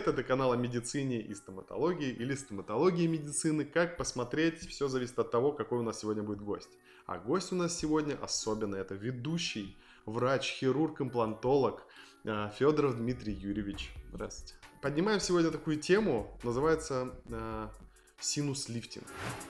привет! Это канал о медицине и стоматологии или стоматологии и медицины. Как посмотреть, все зависит от того, какой у нас сегодня будет гость. А гость у нас сегодня особенно это ведущий врач, хирург, имплантолог Федоров Дмитрий Юрьевич. Здравствуйте. Поднимаем сегодня такую тему, называется синус-лифтинг.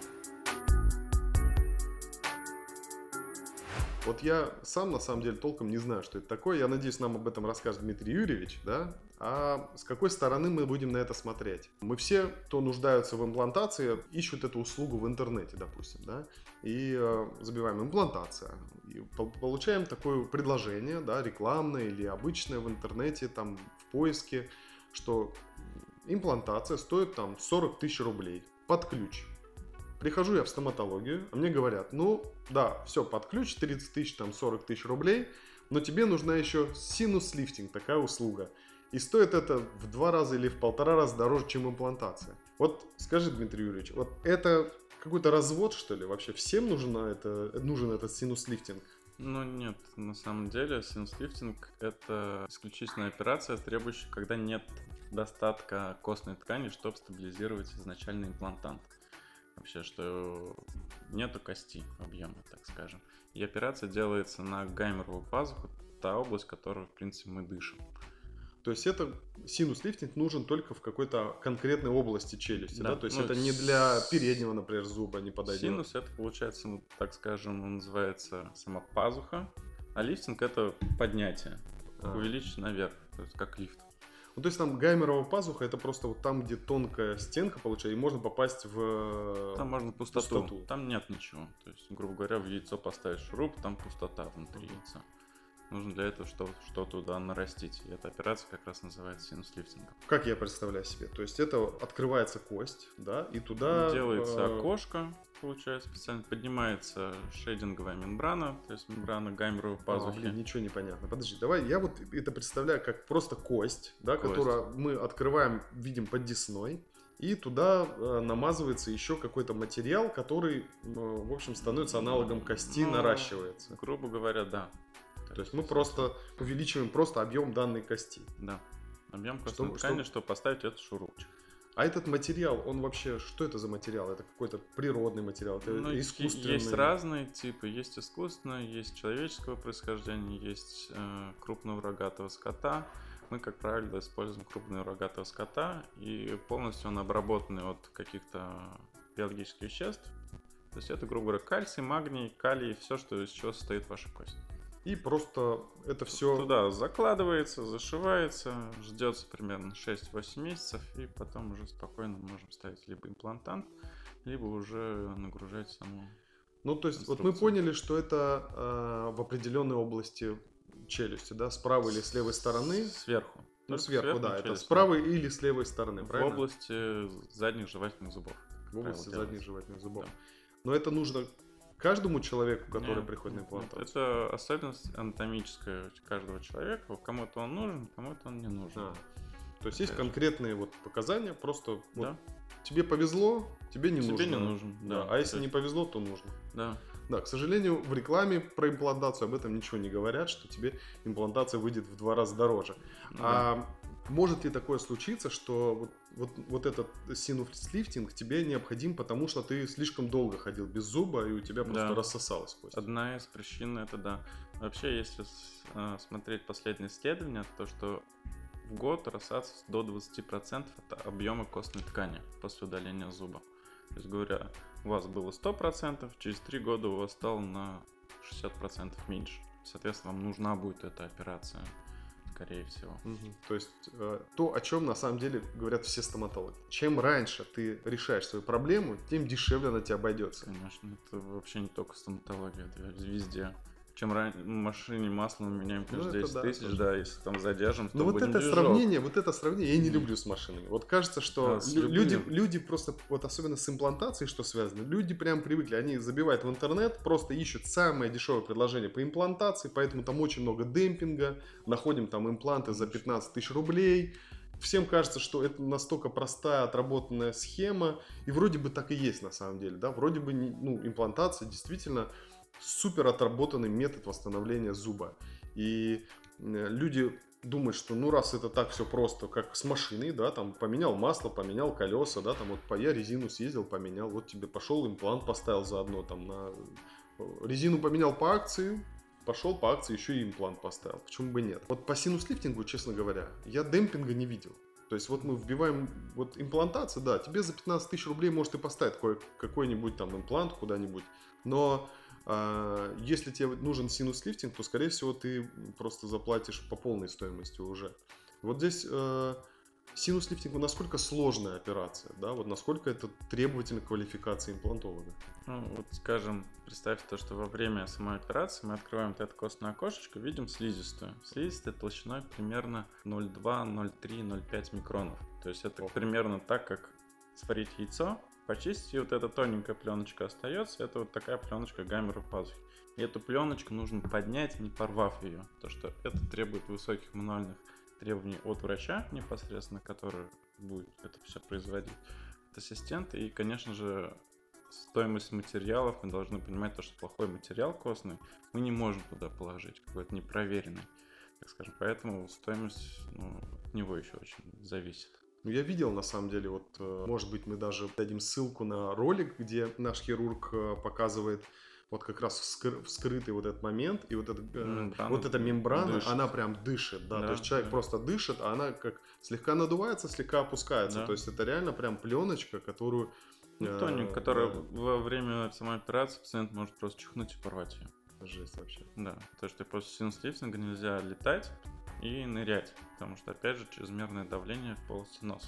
Вот я сам, на самом деле, толком не знаю, что это такое. Я надеюсь, нам об этом расскажет Дмитрий Юрьевич, да? А с какой стороны мы будем на это смотреть? Мы все, кто нуждаются в имплантации, ищут эту услугу в интернете, допустим, да? И забиваем имплантация. И получаем такое предложение, да, рекламное или обычное в интернете, там, в поиске, что имплантация стоит там 40 тысяч рублей под ключ. Прихожу я в стоматологию, а мне говорят, ну да, все, под ключ, 30 тысяч, там 40 тысяч рублей, но тебе нужна еще синус-лифтинг, такая услуга. И стоит это в 2 раза или в 1,5 раза дороже, чем имплантация. Вот скажи, Дмитрий Юрьевич, вот это какой-то развод, что ли? Вообще всем нужен этот синус-лифтинг? Ну нет, на самом деле синус-лифтинг – это исключительная операция, требующая, когда нет достатка костной ткани, чтобы стабилизировать изначальный имплантант. Вообще, что нету кости объема, так скажем. И операция делается на гайморовую пазуху, та область, которую, в принципе, мы дышим. То есть это синус-лифтинг нужен только в какой-то конкретной области челюсти, да? То есть это не для переднего, например, зуба не подойдет. Синус это получается, ну, так скажем, он называется сама пазуха, а лифтинг это поднятие, увеличить наверх, то есть как лифт. Ну, то есть там гайморовая пазуха это просто вот там, где тонкая стенка получается, и можно попасть в там можно пустоту. Там нет ничего. То есть, грубо говоря, в яйцо поставить шуруп, там пустота внутри яйца. Нужно для этого что туда нарастить. И эта операция как раз называется синус-лифтингом. Как я представляю себе? То есть это открывается кость, да, и туда... Делается окошко, получается, специально поднимается шейдинговая мембрана, то есть мембрана гайморовой пазухи. Ничего не понятно. Подожди, давай, я вот это представляю как просто кость, да, которую мы открываем, видим под десной, и туда намазывается еще какой-то материал, который, в общем, становится аналогом кости, наращивается. Грубо говоря, да. То есть мы просто увеличиваем просто объем данной кости. Да. Объем костной ткани, чтобы поставить этот шурупчик. А этот материал, он вообще, что это за материал? Это какой-то природный материал? Это искусственный? Есть разные типы. Есть искусственный, есть человеческого происхождения, есть крупного рогатого скота. Мы, как правило, используем крупного рогатого скота, и полностью он обработанный от каких-то биологических веществ. То есть это, грубо говоря, кальций, магний, калий, все, из чего состоит ваша кость. И просто это все... Туда закладывается, зашивается, ждется примерно 6-8 месяцев, и потом уже спокойно можем ставить либо имплантант, либо уже нагружать саму. Ну, то есть, вот мы поняли, что это в определенной области челюсти, да, с правой или с левой стороны. Сверху. Ну, сверху, да, это с правой или с левой стороны, правильно? В области задних жевательных зубов. В области задних жевательных зубов. Да. Но это нужно каждому человеку, который приходит на имплантацию? Это особенность анатомическая каждого человека. Кому-то он нужен, кому-то он не нужен. То есть есть конкретные вот показания, просто вот тебе повезло, тебе не нужно. Тебе не нужен, да. А если не повезло, то нужно. Да. Да, к сожалению, в рекламе про имплантацию об этом ничего не говорят, что тебе имплантация выйдет в 2 раза дороже. А может ли такое случиться, что вот этот синус-лифтинг тебе необходим, потому что ты слишком долго ходил без зуба, и у тебя просто рассосалась кость? Одна из причин это да. Вообще, если смотреть последние исследования, то что в год рассасывается до 20% от объема костной ткани после удаления зуба. То есть, говоря, у вас было 100%, через 3 года у вас стало на 60% меньше. Соответственно, вам нужна будет эта операция, скорее всего. То есть, то, о чем на самом деле говорят все стоматологи. Чем раньше ты решаешь свою проблему, тем дешевле она тебе обойдется. Конечно, это вообще не только стоматология, это везде. Чем раньше в машине масло мы меняем каждые 10 тысяч, да, если там задержим, то вот это сравнение я не люблю с машинами. Вот кажется, что люди просто, вот особенно с имплантацией, что связано, люди прям привыкли, они забивают в интернет, просто ищут самое дешевое предложение по имплантации, поэтому там очень много демпинга, находим там импланты за 15 тысяч рублей. Всем кажется, что это настолько простая, отработанная схема, и вроде бы так и есть на самом деле, да, вроде бы, имплантация действительно супер отработанный метод восстановления зуба. И люди думать, что ну раз это так все просто, как с машиной, да, там поменял масло, поменял колеса, да, там вот я резину съездил, поменял, вот тебе пошел имплант поставил заодно, там на резину поменял по акции, пошел по акции еще и имплант поставил, почему бы нет. Вот по синус-лифтингу, честно говоря, я демпинга не видел. То есть вот мы вбиваем вот имплантацию, да, тебе за 15 тысяч рублей может и поставить какой-нибудь там имплант куда-нибудь, но если тебе нужен синус-лифтинг, то, скорее всего, ты просто заплатишь по полной стоимости уже. Вот здесь синус-лифтинг, насколько сложная операция, да, вот насколько это требовательно квалификации имплантолога. Ну, вот скажем, представь то, что во время самой операции мы открываем это костное окошечко, видим слизистую. Слизистая толщиной примерно 0,2, 0,3, 0,5 микронов. То есть это примерно так, как сварить яйцо, почистить, и вот эта тоненькая пленочка остается, это вот такая пленочка гаммера пазухи. И эту пленочку нужно поднять, не порвав ее, потому что это требует высоких мануальных требований от врача непосредственно, который будет это все производить, от ассистента. И, конечно же, стоимость материалов, мы должны понимать то, что плохой материал костный мы не можем туда положить, какой-то непроверенный, так скажем. Поэтому стоимость от него еще очень зависит. Ну, я видел, на самом деле, вот, может быть, мы даже дадим ссылку на ролик, где наш хирург показывает вот как раз вскрытый вот этот момент, и вот эта мембрана, дышит. Она прям дышит, да, то есть человек просто дышит, а она как слегка надувается, слегка опускается, да. То есть это реально прям пленочка, которую... тоник, которая во время самой операции пациент может просто чихнуть и порвать ее. Жесть вообще. Да, то что после синус-лифтинга нельзя летать и нырять, потому что, опять же, чрезмерное давление в полости носа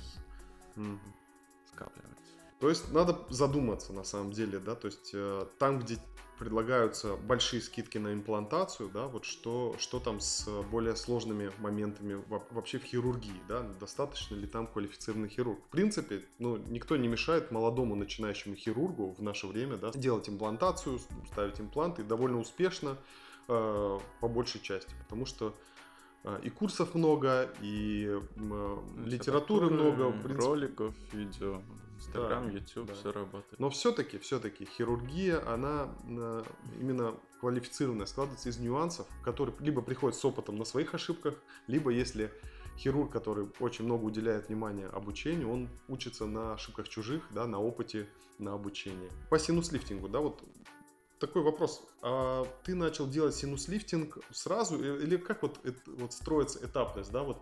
скапливается. То есть надо задуматься на самом деле, да, то есть там, где предлагаются большие скидки на имплантацию, да, вот что там с более сложными моментами вообще в хирургии, да, достаточно ли там квалифицированный хирург. В принципе, никто не мешает молодому начинающему хирургу в наше время, да, делать имплантацию, ставить импланты довольно успешно по большей части, потому что и курсов много, и литературы много, в принципе. Роликов, видео, Инстаграм, YouTube, да. все работает. Но все-таки хирургия, она именно квалифицированная, складывается из нюансов, которые либо приходят с опытом на своих ошибках, либо если хирург, который очень много уделяет внимания обучению, он учится на ошибках чужих, да, на опыте, на обучении. По синус-лифтингу, да, вот такой вопрос. А ты начал делать синус-лифтинг сразу? Или как вот строится этапность, да, вот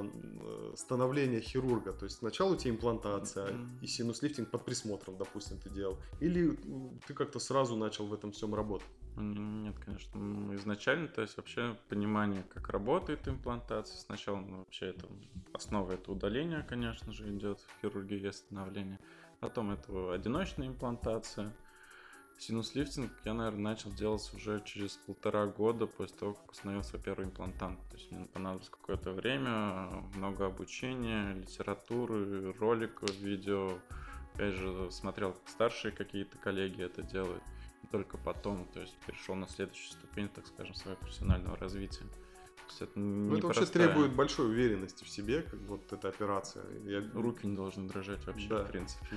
становление хирурга? То есть сначала у тебя имплантация и синус-лифтинг под присмотром, допустим, ты делал? Или ты как-то сразу начал в этом всем работать? Нет, конечно. Изначально, то есть вообще понимание, как работает имплантация. Сначала вообще это основа, это удаление, конечно же, идет в хирургии и становление. Потом это одиночная имплантация. Синус-лифтинг я, наверное, начал делать уже через 1,5 года после того, как установил свой первый имплантант. То есть мне понадобилось какое-то время, много обучения, литературы, роликов, видео. Опять же, смотрел, как старшие какие-то коллеги это делают. И только потом, то есть, перешел на следующую ступень, так скажем, своего профессионального развития. Это вообще требует большой уверенности в себе, как вот эта операция. Руки не должны дрожать вообще, да, в принципе.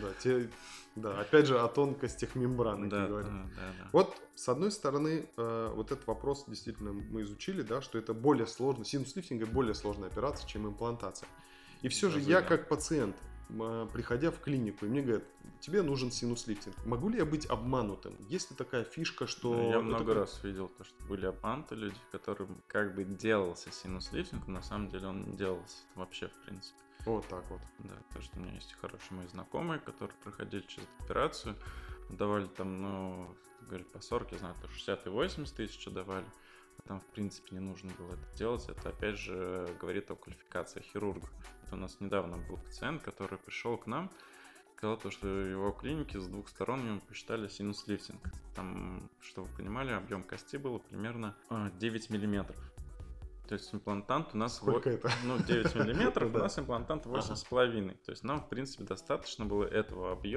Да, опять же, о тонкостях мембраны, да, как говорят. Да. Вот, с одной стороны, вот этот вопрос действительно мы изучили, да, что это более сложно, синус-лифтинг — более сложная операция, чем имплантация. И все же я, как пациент, приходя в клинику, и мне говорят, тебе нужен синус-лифтинг. Могу ли я быть обманутым? Есть ли такая фишка, что... Я много раз видел, то, что были обмануты люди, которым как бы делался синус-лифтинг, но на самом деле он не делался вообще, в принципе. Вот так вот. Да, то, что у меня есть хорошие мои знакомые, которые проходили через операцию, давали там, говорят, по 40, я знаю, то 60 и 80 тысяч давали. Там, в принципе, не нужно было это делать. Это, опять же, говорит о квалификации хирурга. Это у нас недавно был пациент, который пришел к нам, сказал, что в его клинике с 2 сторон ему посчитали синус-лифтинг. Там, чтобы вы понимали, объем кости было примерно 9 миллиметров. То есть имплантант у нас... Сколько это? 9 миллиметров, у нас имплантант 8,5. То есть нам, в принципе, достаточно было этого объема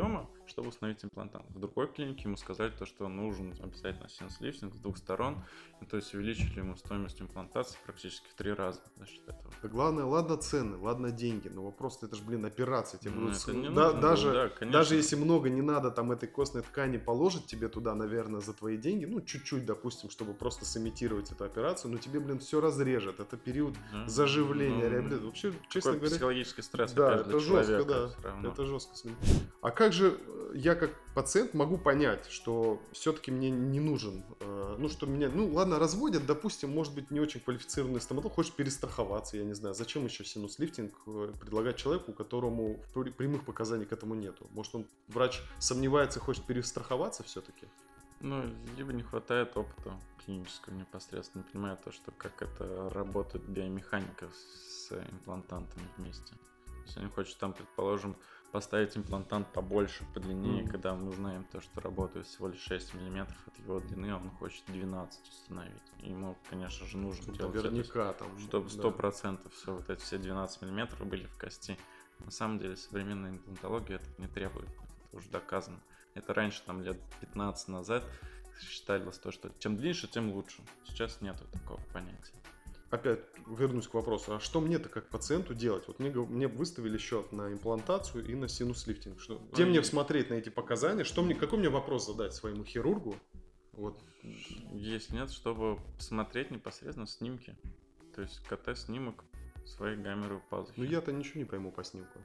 чтобы установить имплантант. В другой клинике ему сказали, то, что нужен обязательно синус-лифтинг с 2 сторон, и, то есть увеличили ему стоимость имплантации практически в 3 раза за счет этого. Да главное, ладно цены, ладно деньги, но вопрос, это же, блин, операция. Тебе будут Это не нужно даже, было, да, даже если много не надо там этой костной ткани положить тебе туда, наверное, за твои деньги, ну, чуть-чуть, допустим, чтобы просто сымитировать эту операцию, но тебе, блин, все разрежет. Это период заживления, реабилитации. Вообще, честно говоря, психологический стресс, да, опять же, для это жестко, человека да, всё равно. это жестко. А как же я как пациент могу понять, что все-таки мне не нужен, ну, что меня, ну, ладно, разводят, допустим, может быть, не очень квалифицированный стоматолог, хочет перестраховаться, я не знаю, зачем еще синус-лифтинг предлагать человеку, у которому прямых показаний к этому нету? Может, он, врач, сомневается и хочет перестраховаться все-таки? Ну, либо не хватает опыта клинического непосредственно, не понимает то, что как это работает биомеханика с имплантантами вместе. То есть они хотят там, предположим, поставить имплантант побольше, подлиннее, когда мы знаем то, что работает всего лишь 6 мм от его длины, а он хочет 12 установить. И ему, конечно же, нужно делать наверняка это, там, чтобы 100% все вот эти все 12 мм были в кости. На самом деле современная имплантология это не требует, это уже доказано. Это раньше, там, лет 15 назад считалось то, что чем длиннее, тем лучше. Сейчас нету такого понятия. Опять вернусь к вопросу, а что мне-то как пациенту делать? Вот мне выставили счет на имплантацию и на синус-лифтинг. Где мне смотреть на эти показания? Какой мне вопрос задать своему хирургу? Вот. Если нет, чтобы посмотреть непосредственно снимки. То есть КТ-снимок своей гайморовой пазухи. Ну я-то ничего не пойму по снимку.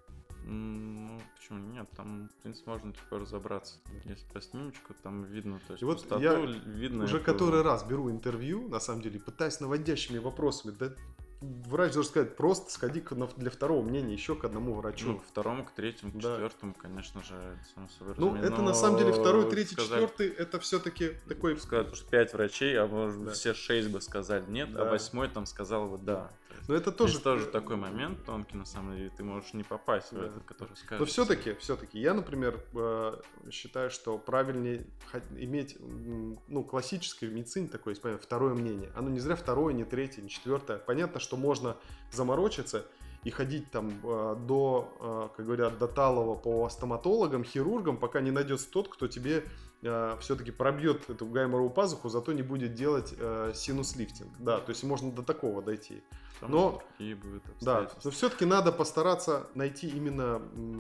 Ну, почему нет? Там, в принципе, можно легко разобраться. Если по снимочку, там видно, то есть и вот пустоту, я видно уже эту... который раз беру интервью, на самом деле, пытаюсь наводящими вопросами. Да, врач должен сказать, просто сходи для второго мнения еще к одному врачу. Ну, к второму, к третьему, к Да. четвертому, конечно же, это само собой Ну, разумеется. это на самом деле второй, третий, сказали- четвертый, это все-таки такой... Сказать, что 5 врачей, а может быть Да. все 6 бы сказали нет, Да. а 8 там сказал вот да. Но это Тоже, тоже... есть тоже такой момент тонкий, на самом деле, ты можешь не попасть в Да. этот, который скажет. Но все-таки, я, например, считаю, что правильнее иметь, ну, классической в медицине такое, есть, понятно, второе мнение. Оно не зря второе, не третье, не четвертое. Понятно, что можно заморочиться и ходить там до, как говорят, до талого по стоматологам, хирургам, пока не найдется тот, кто тебе все-таки пробьет эту гайморовую пазуху, зато не будет делать синус-лифтинг. Да, то есть можно до такого дойти. Там Но, какие будут да, обстоятельства. но все-таки надо постараться найти именно,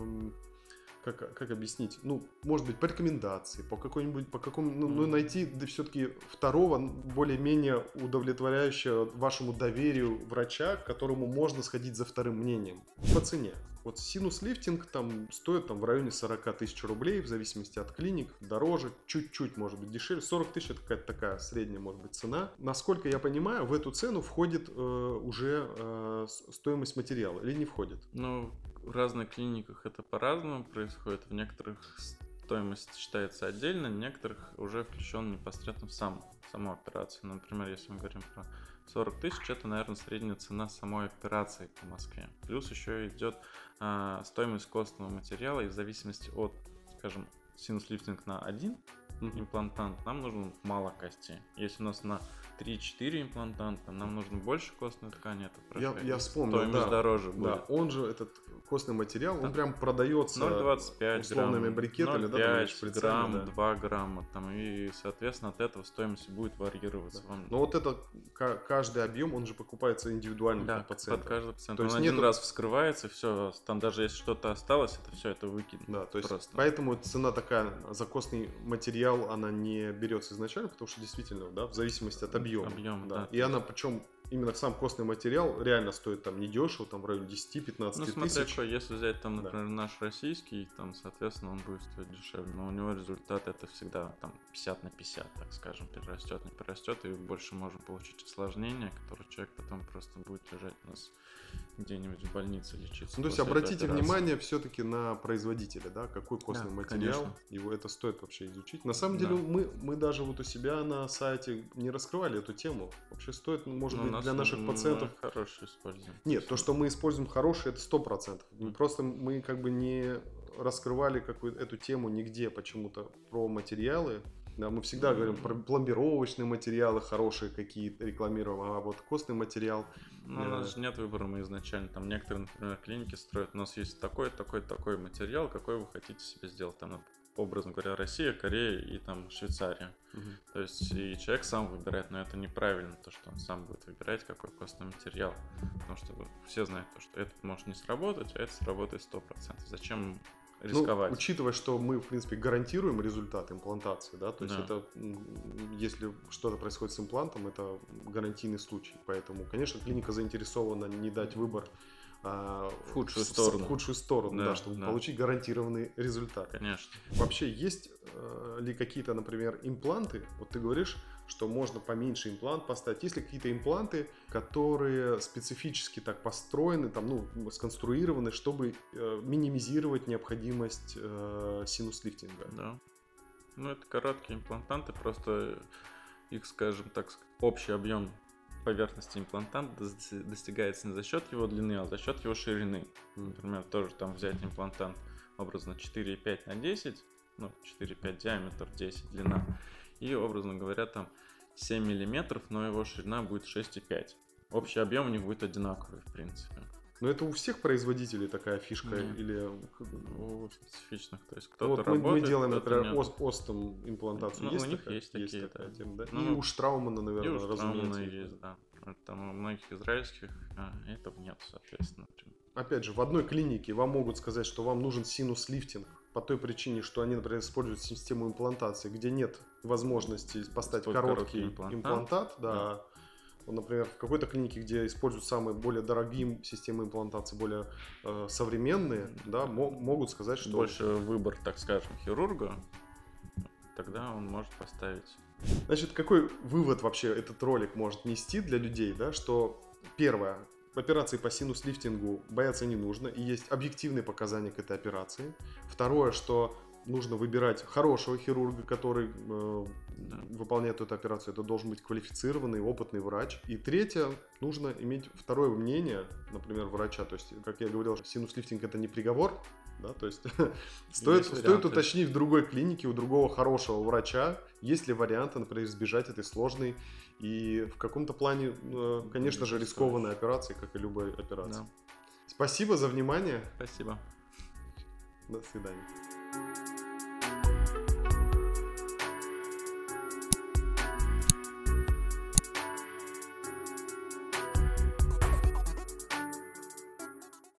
как объяснить, ну, может быть, по рекомендации, ну, найти все-таки второго, более-менее удовлетворяющего вашему доверию врача, к которому можно сходить за вторым мнением. По цене. Вот синус-лифтинг там стоит в районе 40 тысяч рублей, в зависимости от клиник, дороже, чуть-чуть может быть дешевле. 40 тысяч это какая-то такая средняя может быть цена. Насколько я понимаю, в эту цену входит уже стоимость материала или не входит? Ну, в разных клиниках это по-разному происходит. В некоторых стоимость считается отдельно, в некоторых уже включен непосредственно в саму операцию. Например, если мы говорим про 40 тысяч, это, наверное, средняя цена самой операции по Москве. Плюс еще идет стоимость костного материала, и в зависимости от, скажем, синус-лифтинг на один имплантант, нам нужно мало костей. Если у нас на 3-4 имплантанта, нам нужно больше костной ткани. Это я вспомнил, стоимость да, дороже будет. Да, он же, этот костный материал, Да. он прям продается 0,25 условными грамм, брикетами, да, 0,5 шприцами, грамм, да. 2 грамма, там, и, соответственно, от этого стоимость будет варьироваться. Вам... Но вот это каждый объем, он же покупается индивидуально Да, под пациента. под каждого пациента. То есть Он один нету- раз вскрывается, все, там даже если что-то осталось, это все это выкинет. Да, то есть Просто. поэтому цена такая за костный материал, она не берется изначально, потому что действительно, да, в зависимости от объема. Объем, да. И она, причем именно сам костный материал реально стоит там недешево, там в районе 10-15 Ну, смотря тысяч. какой, если взять там, Да. например, наш российский, там, соответственно, он будет стоить дешевле, но у него результат это всегда там 50/50, так скажем, перерастет, не перерастет, и больше можем получить осложнения, которые человек потом просто будет лежать у нас где-нибудь в больнице лечиться. Ну, то есть после этой обратите операции. внимание все-таки на производителя, да, какой костный Да, материал, конечно. его это стоит вообще изучить. На самом Да. деле мы даже вот у себя на сайте не раскрывали эту тему. Вообще стоит, может Ну, быть, у нас для наших мы пациентов. хорошие используем. Нет, то, что мы используем хорошее, это 100%. Просто мы как бы не раскрывали эту тему нигде почему-то про материалы. Да, мы всегда говорим про пломбировочные материалы хорошие какие-то рекламируем, а вот костный материал... Ну, у нас же нет выбора, мы изначально, там некоторые, например, клиники строят, у нас есть такой материал, какой вы хотите себе сделать, там, образно говоря, Россия, Корея и там Швейцария. То есть и человек сам выбирает, но это неправильно, то, что он сам будет выбирать, какой костный материал, потому что все знают, то, что этот может не сработать, а это сработает 100%. Зачем рисковать? Ну, учитывая, что мы, в принципе, гарантируем результат имплантации, да, то есть это, если что-то происходит с имплантом, это гарантийный случай, поэтому, конечно, клиника заинтересована не дать выбор в худшую сторону, да, чтобы получить гарантированный результат. Конечно. Вообще, есть ли какие-то, например, импланты, вот ты говоришь, что можно поменьше имплант поставить. Есть ли какие-то импланты, которые специфически так построены, там, ну, сконструированы, чтобы минимизировать необходимость синус-лифтинга? Да. Ну, это короткие имплантанты, просто их, скажем так, общий объем поверхности имплантанта достигается не за счет его длины, а за счет его ширины. Например, тоже там взять имплантант образно 4,5 на 10, ну, 4,5 диаметр, 10 длина, и, образно говоря, там 7 миллиметров, но его ширина будет 6,5. Общий объем у них будет одинаковый, в принципе. Но это у всех производителей такая фишка? Или у специфичных, то есть кто-то вот работает, мы делаем, например, Остом имплантацию, ну, есть у них такая? Есть такие, такая тема, да? Ну, и у Штраумана, наверное, и у Штраумана разумеется. есть, да. Там у многих израильских этого нет, соответственно. Опять же, в одной клинике вам могут сказать, что вам нужен синус-лифтинг по той причине, что они, например, используют систему имплантации, где нет возможности поставить короткий имплантат, да. Вот, например, в какой-то клинике, где используют самые более дорогие системы имплантации, более современные, да, могут сказать, что... Больше выбор, так скажем, хирурга, тогда он может поставить. Значит, какой вывод вообще этот ролик может нести для людей, да, что первое, в операции по синус-лифтингу бояться не нужно, и есть объективные показания к этой операции. Второе, что нужно выбирать хорошего хирурга, который выполняет эту операцию. Это должен быть квалифицированный, опытный врач. И третье, нужно иметь второе мнение, например, врача. То есть, как я говорил, синус-лифтинг это не приговор. Да, то есть стоит уточнить в другой клинике, у другого хорошего врача, есть ли варианты, например, избежать этой сложной и в каком-то плане, конечно же, рискованной операции, как и любой операции. Да. Спасибо за внимание. Спасибо. До свидания.